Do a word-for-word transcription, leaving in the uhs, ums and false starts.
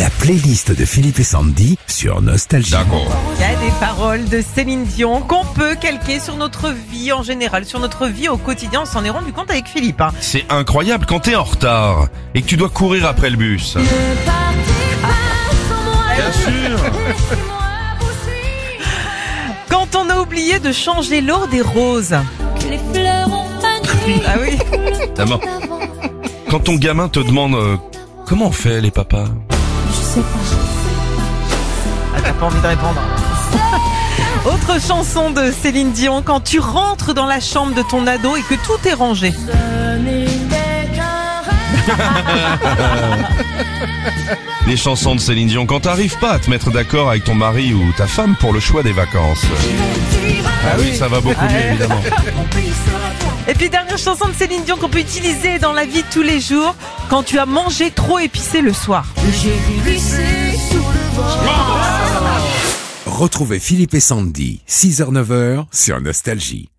La playlist de Philippe et Sandy sur Nostalgie. D'accord. Il y a des paroles de Céline Dion qu'on peut calquer sur notre vie en général, sur notre vie au quotidien. On s'en est rendu compte avec Philippe. Hein. C'est incroyable quand t'es en retard et que tu dois courir après le bus. Bien sûr. Quand on a oublié de changer l'eau des roses. Les fleurs ont fané. Ah oui. D'abord, quand ton gamin te demande euh, comment on fait les papas. Je sais pas. Ah, t'as pas envie de répondre. Autre chanson de Céline Dion, quand tu rentres dans la chambre de ton ado et que tout est rangé. Ce n'était qu'un rêve. Les chansons de Céline Dion quand t'arrives pas à te mettre d'accord avec ton mari ou ta femme pour le choix des vacances. Ah oui, ça va beaucoup mieux évidemment. Et puis dernière chanson de Céline Dion qu'on peut utiliser dans la vie de tous les jours, quand tu as mangé trop épicé le soir. J'ai glissé sous le vent. Retrouvez Philippe et Sandy, six heures neuf heures sur Nostalgie.